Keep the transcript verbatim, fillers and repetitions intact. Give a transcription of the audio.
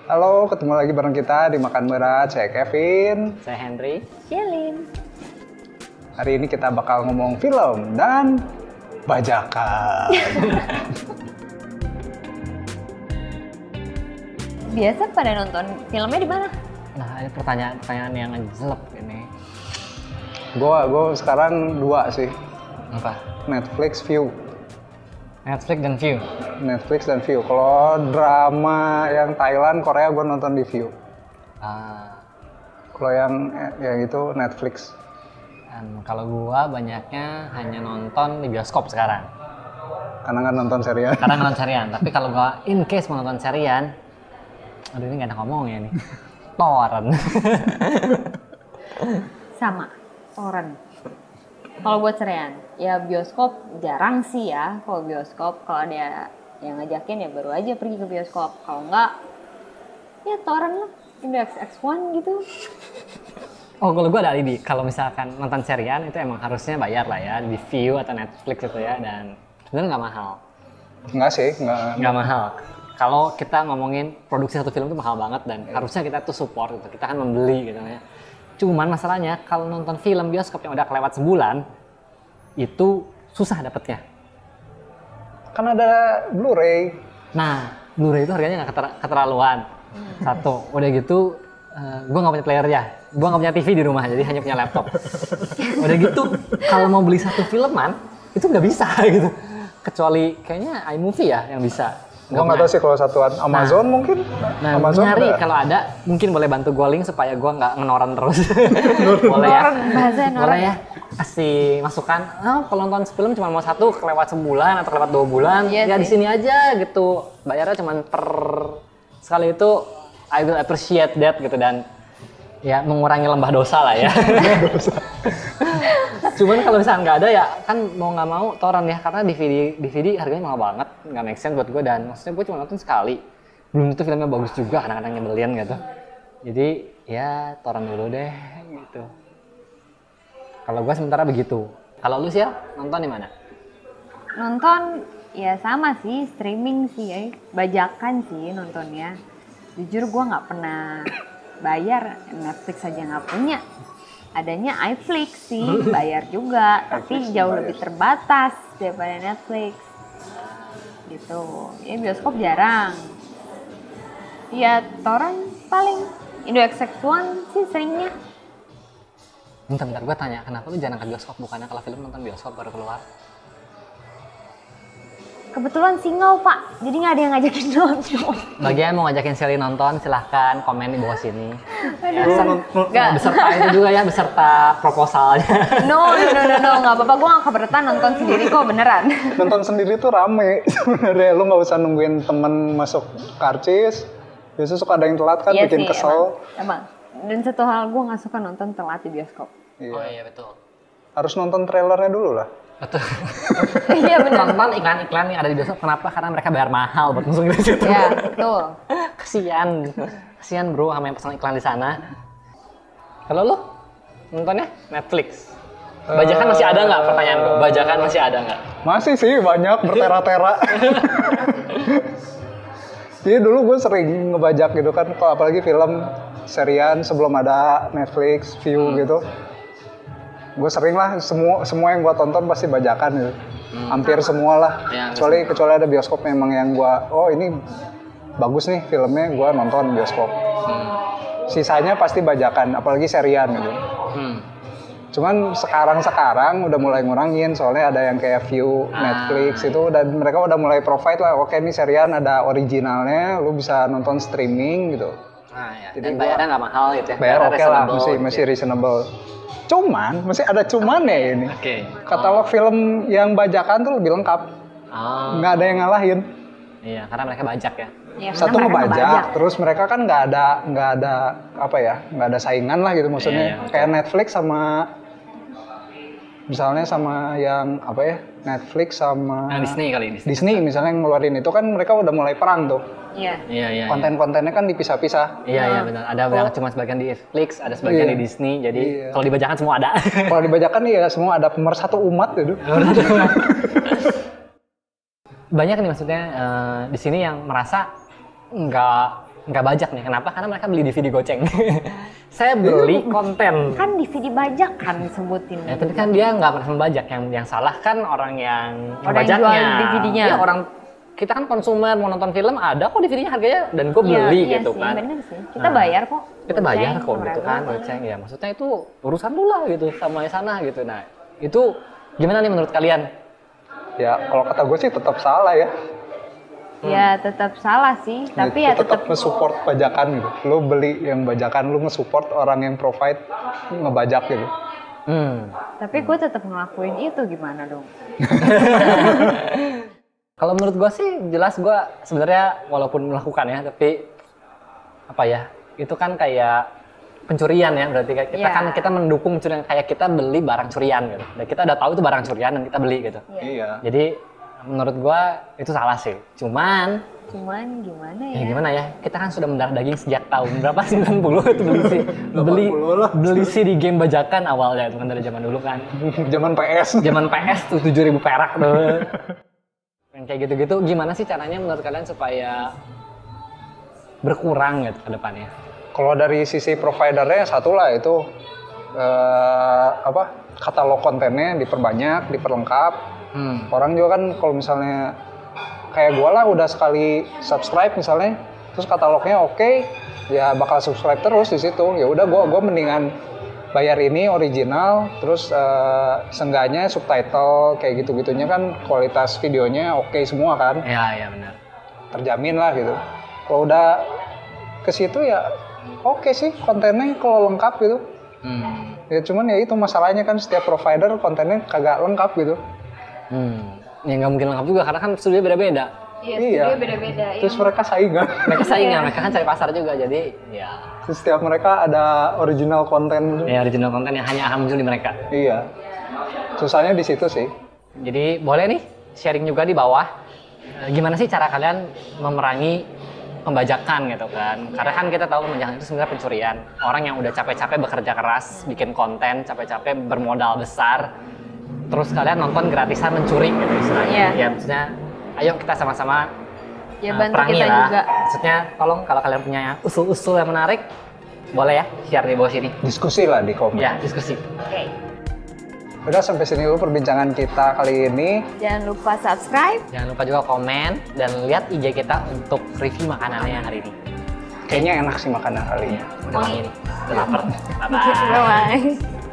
Halo, ketemu lagi bareng kita di Makan Berat. Saya Kevin. Saya Henry. Shelin. Hari ini kita bakal ngomong film dan bajakan. Biasa pada nonton filmnya di mana? Nah, ini pertanyaan-pertanyaan yang ngejelek ini. Gue gue sekarang dua sih. Apa? Netflix, View. Netflix dan View. Netflix dan View. Kalau drama yang Thailand, Korea gue nonton di View. Ah, Kalau yang yang itu Netflix. dan kalau gua banyaknya hanya nonton di bioskop sekarang. Karena nggak nonton serial. Karena nonton serian. Tapi kalau gua in case mau nonton serian, aduh ini gak enak ngomong ya nih. Torrent. Sama, torrent. Kalau buat cerean, ya bioskop jarang sih ya. Kalau bioskop, kalau ada yang ngajakin ya baru aja pergi ke bioskop. Kalau enggak, ya torrent lah. Indo X X one gitu. Oh, kalau gue ada alibi. Kalau misalkan nonton serian itu emang harusnya bayar lah ya di View atau Netflix itu ya, dan sebenarnya nggak mahal. Nggak sih, nggak. Nggak mahal. Kalau kita ngomongin produksi satu film itu mahal banget dan yeah. harusnya kita tuh support gitu. Kita kan membeli gitu ya. Cuman masalahnya kalau nonton film bioskop yang udah kelewat sebulan itu susah dapetnya. Kan ada Blu-ray. Nah, Blu-ray itu harganya nggak keter- keterlaluan. Satu, udah gitu uh, gue nggak punya player ya. Gue nggak punya T V di rumah, jadi hanya punya laptop. Udah gitu, kalau mau beli satu filman, itu nggak bisa gitu. Kecuali kayaknya iMovie ya yang bisa. Gue nggak tahu sih kalau satuan Amazon nah, mungkin. Nah, Amazon nyari ada. Kalau ada, mungkin boleh bantu gue link supaya gue nggak ngenoran terus. Boleh ya? Boleh ya? Kasih masukan. Oh, kalau nonton film cuma mau satu, kelewat sebulan atau kelewat dua bulan, iya ya sih. di sini aja gitu. Bayarnya cuma per sekali itu. I will appreciate that gitu, dan ya mengurangi lembah dosa lah ya. Cuman kalau misalnya nggak ada ya kan mau nggak mau torrent ya, karena D V D D V D harganya mahal banget, nggak make sense buat gue, dan maksudnya gue cuma nonton sekali, belum tentu filmnya bagus juga, kadang-kadang nyebelin gitu. Jadi ya torrent dulu deh gitu. Kalau gue sementara begitu. Kalau lu sih ya nonton di mana? Nonton ya sama sih, streaming sih ya. Bajakan sih nontonnya. Jujur gue nggak pernah bayar, Netflix aja nggak punya. Adanya iFlix sih, bayar juga, tapi jauh lebih terbatas daripada Netflix. Gitu. Ya bioskop jarang. Ya torrent paling. Indo X X one sih seringnya. Bentar-bentar gue tanya, kenapa lu jarang ke bioskop? Bukannya kalau film nonton bioskop baru keluar? Kebetulan single pak, jadi nggak ada yang ngajakin nonton. Bagian mau ngajakin Shelly nonton, silahkan komen di bawah sini. Ya, Nggak. beserta itu juga ya, beserta proposalnya. No, no, no, no, no, nggak apa-apa. Gue nggak keberatan nonton sendiri kok, beneran. Nonton sendiri tuh rame sebenarnya. Lu nggak usah nungguin temen masuk karcis. Biasanya suka ada yang telat kan, Iya bikin sih, kesel. Emang, emang. Dan satu hal, gue nggak suka nonton telat di bioskop. Iya. Oh iya betul. Harus nonton trailernya dulu lah. Betul. Iya benar. Nonton iklan-iklan yang ada di bioskop, kenapa? Karena mereka bayar mahal buat masuk di situ. Iya, betul. Kasian, kasian bro sama yang pesan iklan di sana. Kalau lu nontonnya Netflix. Bajakan masih ada nggak? Pertanyaan gue. Bajakan masih ada nggak? Masih sih, banyak bertera-tera. Jadi dulu gue sering ngebajak gitu kan, kalau apalagi film serian sebelum ada Netflix, View hmm. gitu. Gue sering lah, semua semua yang gue tonton pasti bajakan gitu. Hmm. Hampir semua lah. Ya, kecuali semua. kecuali ada bioskop memang yang gue, oh ini bagus nih filmnya, gue nonton bioskop. Hmm. Sisanya pasti bajakan, apalagi serian gitu. Hmm. Cuman sekarang-sekarang udah mulai ngurangin, soalnya ada yang kayak View, ah. Netflix itu, dan mereka udah mulai provide lah, oke ini serian ada originalnya, lu bisa nonton streaming gitu. Ah, ya. Jadi dan bayarnya nggak mahal gitu ya? Bayar oke okay lah, masih, masih reasonable. Cuman, masih ada cumannya ini. Oke. Okay. Katalog oh. film yang bajakan tuh lebih lengkap. Oh. Nggak ada yang ngalahin. Iya, karena mereka bajak ya. Ya, satu ngebajak, terus mereka kan nggak ada nggak ada apa ya, nggak ada saingan lah gitu maksudnya. Iya, iya, kayak Netflix sama misalnya sama yang apa ya, Netflix sama nah, Disney kali Disney. Disney misalnya yang ngeluarin itu kan mereka udah mulai perang tuh. Iya. Iya, iya. Konten-kontennya kan dipisah-pisah. Iya, iya benar. Ada yang cuma sebagian di Netflix, ada sebagian iya. di Disney. Jadi iya. kalau dibajakan semua ada. Kalau dibajakan iya semua ada, pemersatu umat gitu. Banyak nih maksudnya uh, di sini yang merasa nggak nggak bajak nih. Kenapa? Karena mereka beli D V D goceng. Saya beli konten. Kan D V D bajakan sebutin. Ya, tapi kan dia nggak pernah membajak. Yang yang salah kan orang yang Orang yang membajaknya. jual D V D-nya. Iya, orang kita kan konsumer mau nonton film ada kok D V D-nya harganya dan gue beli iya gitu sih, kan. Bener sih. Kita Nah, bayar kok. Kita bayar Goceng, kok gitu kan, whatever. goceng ya. Maksudnya itu urusan lu lah gitu sama yang sana gitu. Nah, itu gimana nih menurut kalian? Ya kalau kata gue sih tetap salah ya. Ya tetap salah sih, tapi ya tetap nge-support bajakan gitu. Lu beli yang bajakan, lu nge-support orang yang provide ngebajak gitu. Hmm. tapi gue tetap ngelakuin itu, gimana dong? Kalau menurut gue sih jelas gue sebenarnya walaupun melakukan ya, tapi apa ya, itu kan kayak pencurian ya, berarti kayak kita Iya. kan kita mendukung pencurian, kayak kita beli barang curian gitu. Dan kita udah tahu itu barang curian dan kita beli gitu. Iya. Jadi menurut gue itu salah sih. Cuman Cuman gimana ya? ya gimana ya, kita kan sudah mendarah daging sejak tahun berapa, sembilan puluh itu beli sih beli delapan puluh lah. beli sih di game bajakan awalnya itu kan dari zaman dulu kan. Zaman P S. Zaman P S tuh tujuh ribu perak tuh. Yang kayak gitu-gitu gimana sih caranya menurut kalian supaya berkurang gitu ke depannya? Kalau dari sisi providernya satu lah itu eh, apa katalog kontennya diperbanyak, diperlengkap. Hmm. Orang juga kan kalau misalnya kayak gue lah udah sekali subscribe misalnya, terus katalognya oke, ya bakal subscribe terus di situ. Ya udah gue gue mendingan bayar ini original, terus uh, seenggaknya subtitle kayak gitu-gitunya kan kualitas videonya oke semua kan, Ya ya benar. terjamin lah gitu. Kalau udah ke situ ya oke sih kontennya kalau lengkap gitu. Hmm. Ya cuman ya itu masalahnya kan setiap provider kontennya kagak lengkap gitu. Hmm. Ya nggak mungkin lengkap juga karena kan studio beda-beda. Iya, Iya. studio beda-beda. Terus mereka saingan. Mereka saingan, mereka kan cari pasar juga, jadi ya. Terus setiap mereka ada original konten. Ya original konten yang hanya akan muncul di mereka. Iya. Susahnya di situ sih. Jadi boleh nih sharing juga di bawah. Eh, Gimana sih cara kalian memerangi pembajakan gitu kan? Karena kan kita tahu pembajakan itu sebenarnya pencurian. Orang yang udah capek-capek bekerja keras, bikin konten, capek-capek bermodal besar, terus kalian nonton gratisan mencuri gitu istilahnya. Iya. Ya maksudnya, ayo kita sama-sama Ya eh, bantu perangi kita lah. juga. Maksudnya tolong kalau kalian punya usul-usul yang menarik, boleh ya share di bawah sini. Diskusi lah di komen. Ya diskusi. Oke. Udah sampai sini dulu perbincangan kita kali ini. Jangan lupa subscribe. Jangan lupa juga komen dan lihat I G kita untuk review makanannya hari ini. Kayaknya enak sih makanan kali ini. Udah wangi nih, udah lapar. Bye-bye. Bye-bye.